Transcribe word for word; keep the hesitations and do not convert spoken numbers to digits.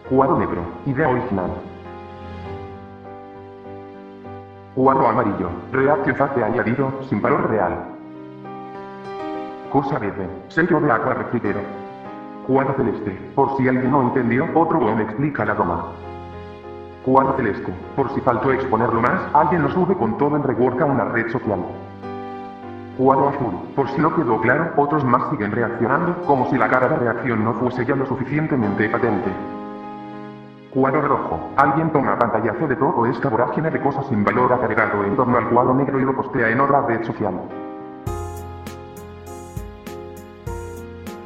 Cuadro negro, idea original. Cuadro amarillo, reacción de añadido, sin valor real. Cosa verde, sello de agua refrigero. Cuadro celeste, por si alguien no entendió, otro buen explica la broma. Cuadro celeste, por si faltó exponerlo más, alguien lo sube con todo en rework a una red social. Cuadro azul, por si no quedó claro, otros más siguen reaccionando, como si la cara de reacción no fuese ya lo suficientemente patente. Cuadro rojo, alguien toma pantallazo de todo esta vorágine de cosas sin valor agregado en torno al cuadro negro y lo postea en otra red social.